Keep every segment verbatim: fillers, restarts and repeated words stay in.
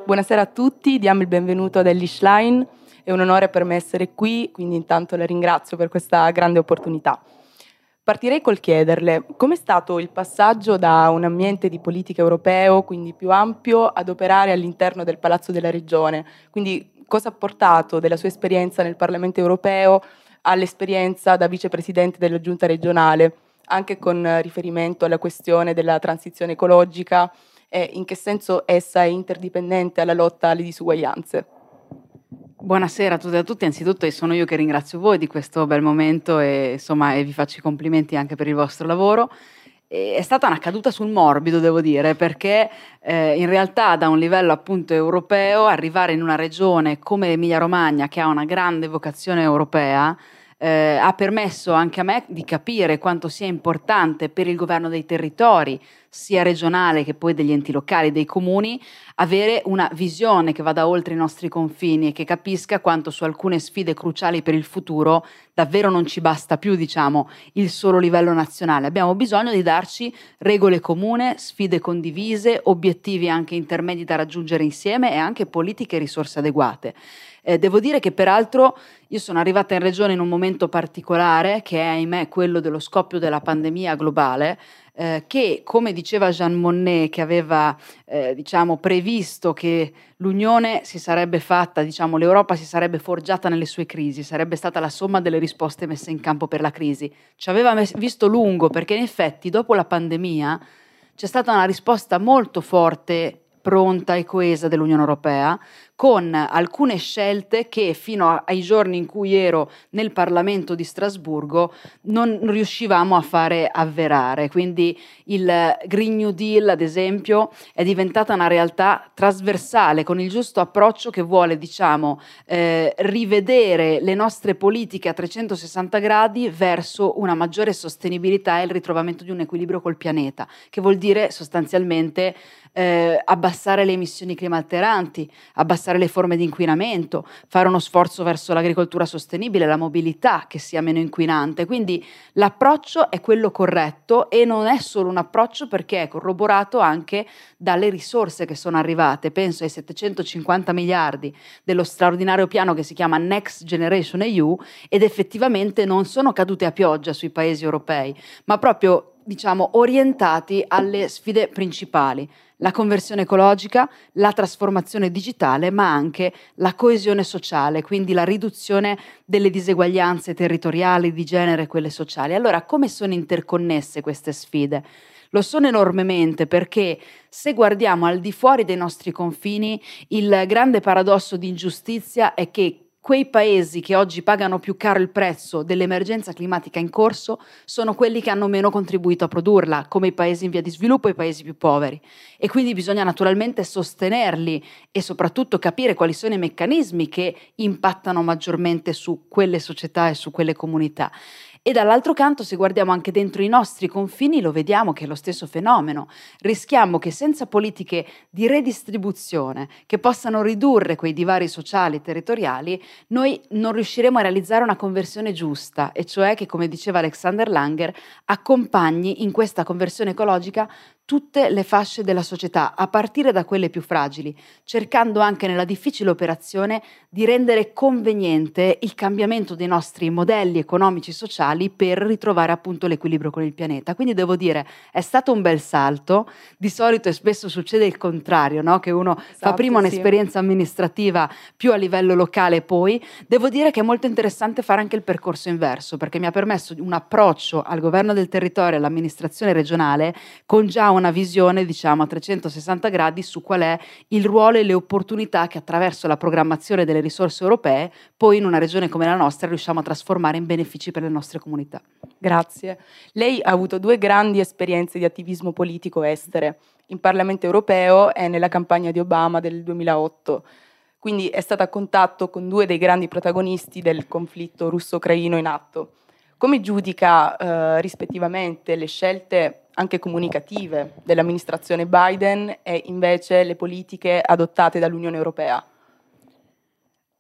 buonasera a tutti, diamo il benvenuto ad Elish Line, è un onore per me essere qui, quindi intanto la ringrazio per questa grande opportunità. Partirei col chiederle com'è stato il passaggio da un ambiente di politica europeo, quindi più ampio, ad operare all'interno del Palazzo della Regione, quindi cosa ha portato della sua esperienza nel Parlamento europeo all'esperienza da vicepresidente della Giunta regionale, anche con riferimento alla questione della transizione ecologica e in che senso essa è interdipendente alla lotta alle disuguaglianze. Buonasera a tutte e a tutti, anzitutto sono io che ringrazio voi di questo bel momento e, insomma, e vi faccio i complimenti anche per il vostro lavoro. E è stata una caduta sul morbido, devo dire, perché eh, in realtà da un livello appunto europeo arrivare in una regione come l'Emilia-Romagna, che ha una grande vocazione europea, eh, ha permesso anche a me di capire quanto sia importante per il governo dei territori, sia regionale che poi degli enti locali, dei comuni, avere una visione che vada oltre i nostri confini e che capisca quanto su alcune sfide cruciali per il futuro davvero non ci basta più, diciamo, il solo livello nazionale. Abbiamo bisogno di darci regole comuni, sfide condivise, obiettivi anche intermedi da raggiungere insieme e anche politiche e risorse adeguate. Eh, devo dire che peraltro io sono arrivata in regione in un momento particolare, che è ahimè quello dello scoppio della pandemia globale, eh, che, come diceva Jean Monnet, che aveva eh, diciamo, previsto che l'Unione si sarebbe fatta, diciamo, l'Europa si sarebbe forgiata nelle sue crisi, sarebbe stata la somma delle risposte messe in campo per la crisi. Ci aveva mes- visto lungo, perché in effetti dopo la pandemia c'è stata una risposta molto forte, pronta e coesa dell'Unione Europea, con alcune scelte che fino ai giorni in cui ero nel Parlamento di Strasburgo non riuscivamo a fare avverare. Quindi il Green New Deal, ad esempio, è diventata una realtà trasversale, con il giusto approccio che vuole, diciamo, eh, rivedere le nostre politiche a trecentosessanta gradi verso una maggiore sostenibilità e il ritrovamento di un equilibrio col pianeta, che vuol dire sostanzialmente eh, abbassare le emissioni climalteranti, abbassare le forme di inquinamento, fare uno sforzo verso l'agricoltura sostenibile, la mobilità che sia meno inquinante. Quindi l'approccio è quello corretto e non è solo un approccio, perché è corroborato anche dalle risorse che sono arrivate. Penso ai settecentocinquanta miliardi dello straordinario piano che si chiama Next Generation E U, ed effettivamente non sono cadute a pioggia sui paesi europei, ma proprio, diciamo, orientati alle sfide principali: la conversione ecologica, la trasformazione digitale, ma anche la coesione sociale, quindi la riduzione delle diseguaglianze territoriali, di genere e quelle sociali. Allora, come sono interconnesse queste sfide? Lo sono enormemente, perché se guardiamo al di fuori dei nostri confini, il grande paradosso di ingiustizia è che quei paesi che oggi pagano più caro il prezzo dell'emergenza climatica in corso sono quelli che hanno meno contribuito a produrla, come i paesi in via di sviluppo e i paesi più poveri. E quindi bisogna naturalmente sostenerli e soprattutto capire quali sono i meccanismi che impattano maggiormente su quelle società e su quelle comunità. E dall'altro canto, se guardiamo anche dentro i nostri confini, lo vediamo che è lo stesso fenomeno. Rischiamo che senza politiche di redistribuzione che possano ridurre quei divari sociali e territoriali, noi non riusciremo a realizzare una conversione giusta, e cioè che, come diceva Alexander Langer, accompagni in questa conversione ecologica tutte le fasce della società, a partire da quelle più fragili, cercando anche nella difficile operazione di rendere conveniente il cambiamento dei nostri modelli economici e sociali per ritrovare appunto l'equilibrio con il pianeta. Quindi devo dire, è stato un bel salto. Di solito e spesso succede il contrario, no? Che uno Esatto, fa prima sì. un'esperienza amministrativa più a livello locale, poi devo dire che è molto interessante fare anche il percorso inverso, perché mi ha permesso un approccio al governo del territorio e all'amministrazione regionale con già una visione, diciamo, a trecentosessanta gradi su qual è il ruolo e le opportunità che attraverso la programmazione delle risorse europee poi in una regione come la nostra riusciamo a trasformare in benefici per le nostre comunità. Grazie. Lei ha avuto due grandi esperienze di attivismo politico estere, in Parlamento europeo e nella campagna di Obama del duemilaotto. Quindi è stata a contatto con due dei grandi protagonisti del conflitto russo-ucraino in atto. Come giudica eh, rispettivamente le scelte anche comunicative dell'amministrazione Biden e invece le politiche adottate dall'Unione Europea?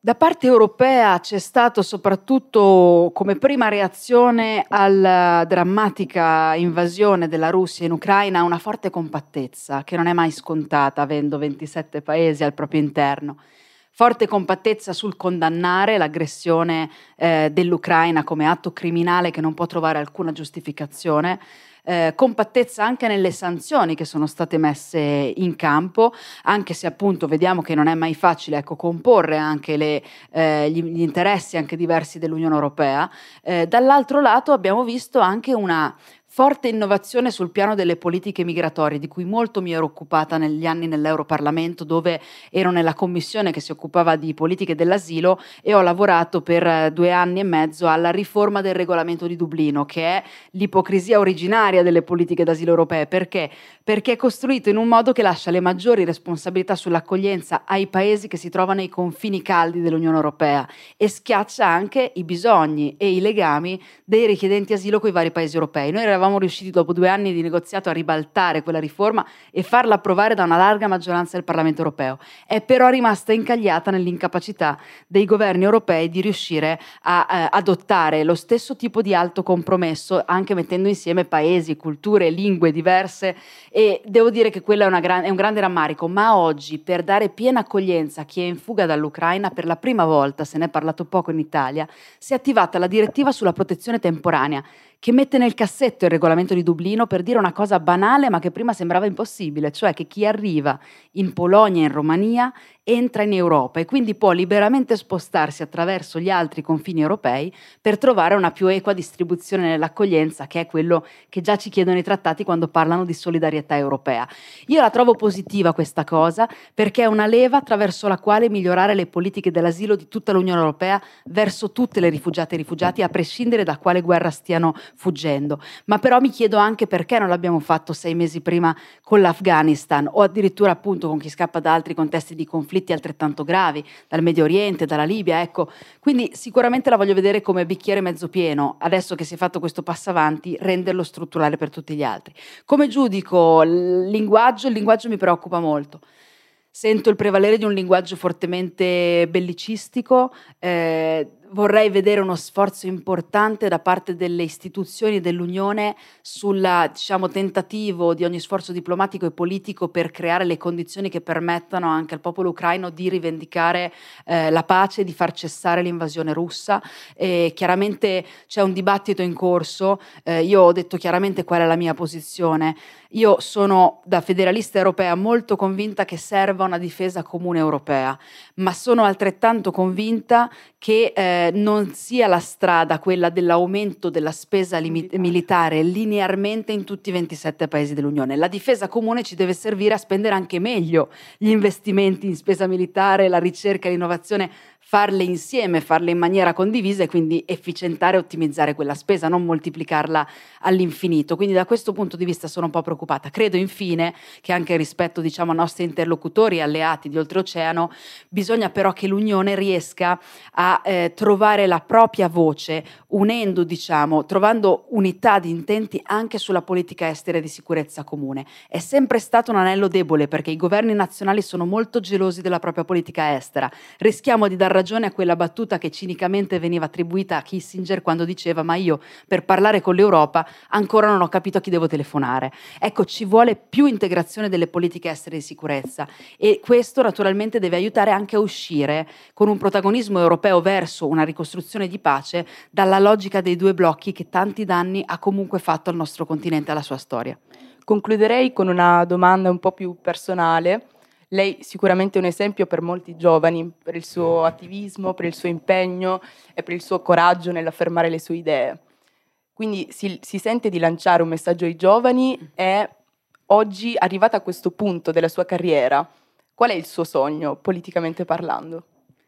Da parte europea c'è stato soprattutto come prima reazione alla drammatica invasione della Russia in Ucraina una forte compattezza che non è mai scontata avendo ventisette paesi al proprio interno. Forte compattezza sul condannare l'aggressione eh, dell'Ucraina come atto criminale che non può trovare alcuna giustificazione. Eh, compattezza anche nelle sanzioni che sono state messe in campo, anche se appunto vediamo che non è mai facile ecco, comporre anche le, eh, gli, gli interessi anche diversi dell'Unione Europea. Eh, dall'altro lato abbiamo visto anche una forte innovazione sul piano delle politiche migratorie, di cui molto mi ero occupata negli anni nell'Europarlamento, dove ero nella commissione che si occupava di politiche dell'asilo e ho lavorato per due anni e mezzo alla riforma del regolamento di Dublino, che è l'ipocrisia originaria delle politiche d'asilo europee. Perché? Perché è costruito in un modo che lascia le maggiori responsabilità sull'accoglienza ai paesi che si trovano ai confini caldi dell'Unione Europea e schiaccia anche i bisogni e i legami dei richiedenti asilo con i vari paesi europei. Noi eravamo riusciti dopo due anni di negoziato a ribaltare quella riforma e farla approvare da una larga maggioranza del Parlamento europeo. È però rimasta incagliata nell'incapacità dei governi europei di riuscire a eh, adottare lo stesso tipo di alto compromesso, anche mettendo insieme paesi, culture, lingue diverse, e devo dire che quello è, una gran- è un grande rammarico. Ma oggi, per dare piena accoglienza a chi è in fuga dall'Ucraina, per la prima volta, se ne è parlato poco in Italia, si è attivata la direttiva sulla protezione temporanea, che mette nel cassetto il regolamento di Dublino per dire una cosa banale ma che prima sembrava impossibile, cioè che chi arriva in Polonia e in Romania entra in Europa e quindi può liberamente spostarsi attraverso gli altri confini europei per trovare una più equa distribuzione nell'accoglienza, che è quello che già ci chiedono i trattati quando parlano di solidarietà europea. Io la trovo positiva questa cosa, perché è una leva attraverso la quale migliorare le politiche dell'asilo di tutta l'Unione Europea verso tutte le rifugiate e rifugiati, a prescindere da quale guerra stiano fuggendo. Ma però mi chiedo anche perché non l'abbiamo fatto sei mesi prima con l'Afghanistan, o addirittura appunto con chi scappa da altri contesti di conflitti altrettanto gravi, dal Medio Oriente, dalla Libia, ecco. Quindi sicuramente la voglio vedere come bicchiere mezzo pieno, adesso che si è fatto questo passo avanti, renderlo strutturale per tutti gli altri. Come giudico il linguaggio? Il linguaggio mi preoccupa molto. Sento il prevalere di un linguaggio fortemente bellicistico, eh, vorrei vedere uno sforzo importante da parte delle istituzioni dell'Unione sul diciamo, tentativo di ogni sforzo diplomatico e politico per creare le condizioni che permettano anche al popolo ucraino di rivendicare eh, la pace, di far cessare l'invasione russa. E chiaramente c'è un dibattito in corso, eh, io ho detto chiaramente qual è la mia posizione. Io sono da federalista europea molto convinta che serva una difesa comune europea, ma sono altrettanto convinta che eh, non sia la strada quella dell'aumento della spesa limit- militare linearmente in tutti i ventisette paesi dell'Unione. La difesa comune ci deve servire a spendere anche meglio gli investimenti in spesa militare, la ricerca e l'innovazione, farle insieme, farle in maniera condivisa e quindi efficientare e ottimizzare quella spesa, non moltiplicarla all'infinito. Quindi da questo punto di vista sono un po' preoccupata. Credo infine che anche rispetto diciamo, ai nostri interlocutori e alleati di oltreoceano, bisogna però che l'Unione riesca a eh, trovare la propria voce, unendo, diciamo, trovando unità di intenti anche sulla politica estera e di sicurezza comune. È sempre stato un anello debole perché i governi nazionali sono molto gelosi della propria politica estera. Rischiamo di dar ragione a quella battuta che cinicamente veniva attribuita a Kissinger quando diceva: ma io per parlare con l'Europa ancora non ho capito a chi devo telefonare. Ecco, ci vuole più integrazione delle politiche estere di sicurezza e questo naturalmente deve aiutare anche a uscire con un protagonismo europeo verso una ricostruzione di pace dalla logica dei due blocchi che tanti danni ha comunque fatto al nostro continente e alla sua storia. Concluderei con una domanda un po' più personale. Lei sicuramente è un esempio per molti giovani, per il suo attivismo, per il suo impegno e per il suo coraggio nell'affermare le sue idee. Quindi si, si sente di lanciare un messaggio ai giovani e oggi, arrivata a questo punto della sua carriera, qual è il suo sogno, politicamente parlando?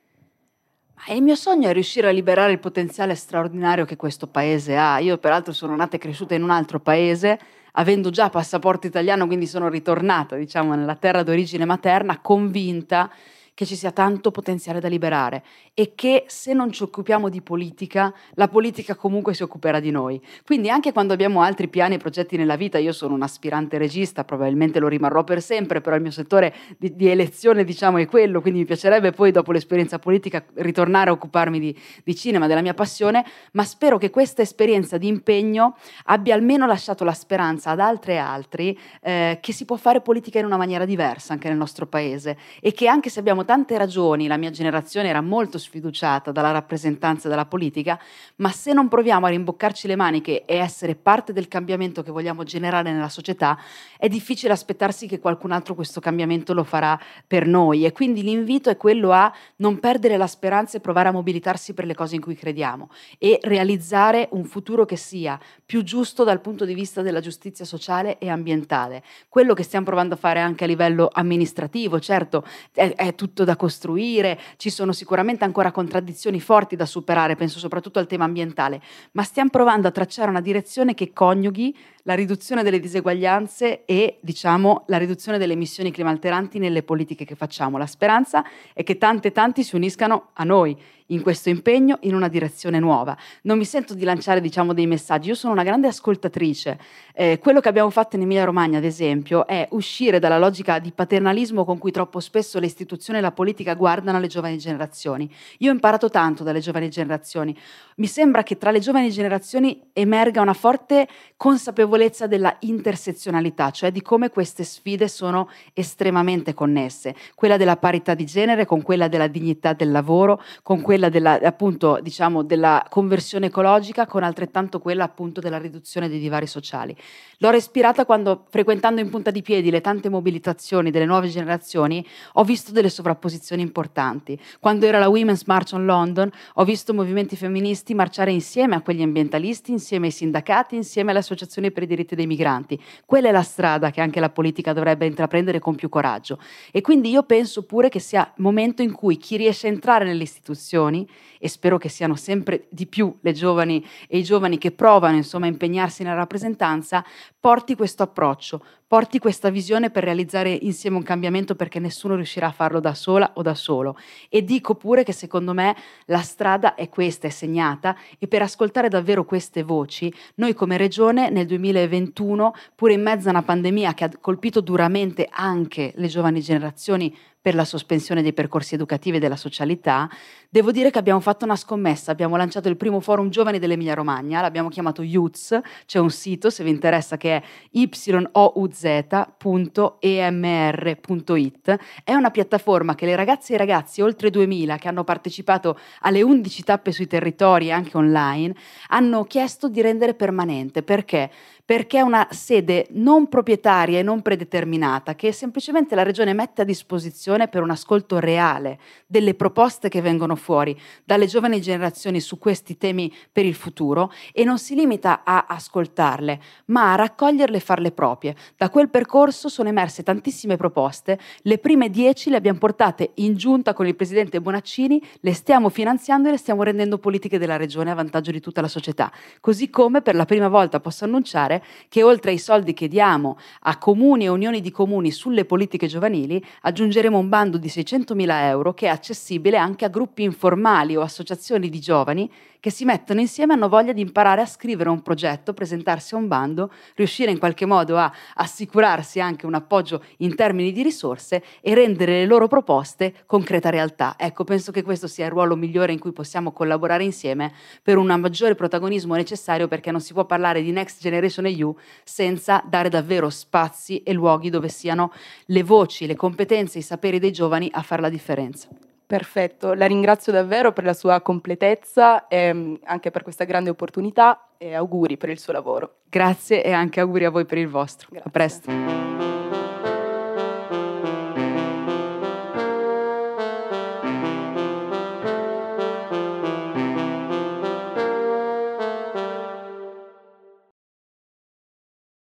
Il mio sogno è riuscire a liberare il potenziale straordinario che questo paese ha. Io peraltro sono nata e cresciuta in un altro paese, avendo già passaporto italiano, quindi sono ritornata, diciamo, nella terra d'origine materna, convinta che ci sia tanto potenziale da liberare e che se non ci occupiamo di politica, la politica comunque si occuperà di noi. Quindi anche quando abbiamo altri piani e progetti nella vita, io sono un aspirante regista, probabilmente lo rimarrò per sempre, però il mio settore di, di elezione diciamo è quello, quindi mi piacerebbe poi dopo l'esperienza politica ritornare a occuparmi di, di cinema, della mia passione, ma spero che questa esperienza di impegno abbia almeno lasciato la speranza ad altre e altri eh, che si può fare politica in una maniera diversa anche nel nostro paese e che anche se abbiamo tante ragioni, la mia generazione era molto sfiduciata dalla rappresentanza della politica, ma se non proviamo a rimboccarci le maniche e essere parte del cambiamento che vogliamo generare nella società, è difficile aspettarsi che qualcun altro questo cambiamento lo farà per noi e quindi l'invito è quello a non perdere la speranza e provare a mobilitarsi per le cose in cui crediamo e realizzare un futuro che sia più giusto dal punto di vista della giustizia sociale e ambientale. Quello che stiamo provando a fare anche a livello amministrativo, certo è, è tutto da costruire, ci sono sicuramente ancora contraddizioni forti da superare, penso soprattutto al tema ambientale, ma stiamo provando a tracciare una direzione che coniughi la riduzione delle diseguaglianze e, diciamo, la riduzione delle emissioni climalteranti nelle politiche che facciamo. La speranza è che tante e tanti si uniscano a noi in questo impegno in una direzione nuova. Non mi sento di lanciare, diciamo, dei messaggi. Io sono una grande ascoltatrice. Eh, quello che abbiamo fatto in Emilia Romagna, ad esempio, è uscire dalla logica di paternalismo con cui troppo spesso le istituzioni e la politica guardano alle giovani generazioni. Io ho imparato tanto dalle giovani generazioni. Mi sembra che tra le giovani generazioni emerga una forte consapevolezza della intersezionalità, cioè di come queste sfide sono estremamente connesse. Quella della parità di genere con quella della dignità del lavoro, con quella della, appunto, diciamo, della conversione ecologica, con altrettanto quella appunto della riduzione dei divari sociali. L'ho respirata quando, frequentando in punta di piedi le tante mobilitazioni delle nuove generazioni, ho visto delle sovrapposizioni importanti. Quando era la Women's March on London, ho visto movimenti femministi marciare insieme a quegli ambientalisti, insieme ai sindacati, insieme alle associazioni per i diritti dei migranti. Quella è la strada che anche la politica dovrebbe intraprendere con più coraggio. E quindi io penso pure che sia momento in cui chi riesce a entrare nelle istituzioni, e spero che siano sempre di più le giovani e i giovani che provano insomma a impegnarsi nella rappresentanza, porti questo approccio, porti questa visione per realizzare insieme un cambiamento, perché nessuno riuscirà a farlo da sola o da solo. E dico pure che secondo me la strada è questa, è segnata, e per ascoltare davvero queste voci, noi come Regione nel duemilaventuno, pure in mezzo a una pandemia che ha colpito duramente anche le giovani generazioni per la sospensione dei percorsi educativi e della socialità, devo dire che abbiamo fatto una scommessa, abbiamo lanciato il primo forum giovani dell'Emilia Romagna, l'abbiamo chiamato Youths, c'è un sito se vi interessa che è y o u z punto e m r punto i t, è una piattaforma che le ragazze e i ragazzi, oltre duemila, che hanno partecipato alle undici tappe sui territori e anche online, hanno chiesto di rendere permanente. Perché? Perché è una sede non proprietaria e non predeterminata che semplicemente la Regione mette a disposizione per un ascolto reale delle proposte che vengono fuori dalle giovani generazioni su questi temi per il futuro, e non si limita a ascoltarle, ma a raccoglierle e farle proprie. Da quel percorso sono emerse tantissime proposte, le prime dieci le abbiamo portate in giunta con il presidente Bonaccini, le stiamo finanziando e le stiamo rendendo politiche della Regione a vantaggio di tutta la società. Così come per la prima volta posso annunciare che oltre ai soldi che diamo a comuni e unioni di comuni sulle politiche giovanili, aggiungeremo un bando di seicentomila euro che è accessibile anche a gruppi informali o associazioni di giovani che si mettono insieme e hanno voglia di imparare a scrivere un progetto, presentarsi a un bando, riuscire in qualche modo a assicurarsi anche un appoggio in termini di risorse e rendere le loro proposte concreta realtà. Ecco, penso che questo sia il ruolo migliore in cui possiamo collaborare insieme per un maggiore protagonismo necessario, perché non si può parlare di Next Generation E U senza dare davvero spazi e luoghi dove siano le voci, le competenze, i saperi dei giovani a fare la differenza. Perfetto, la ringrazio davvero per la sua completezza e anche per questa grande opportunità, e auguri per il suo lavoro. Grazie, e anche auguri a voi per il vostro. Grazie. A presto.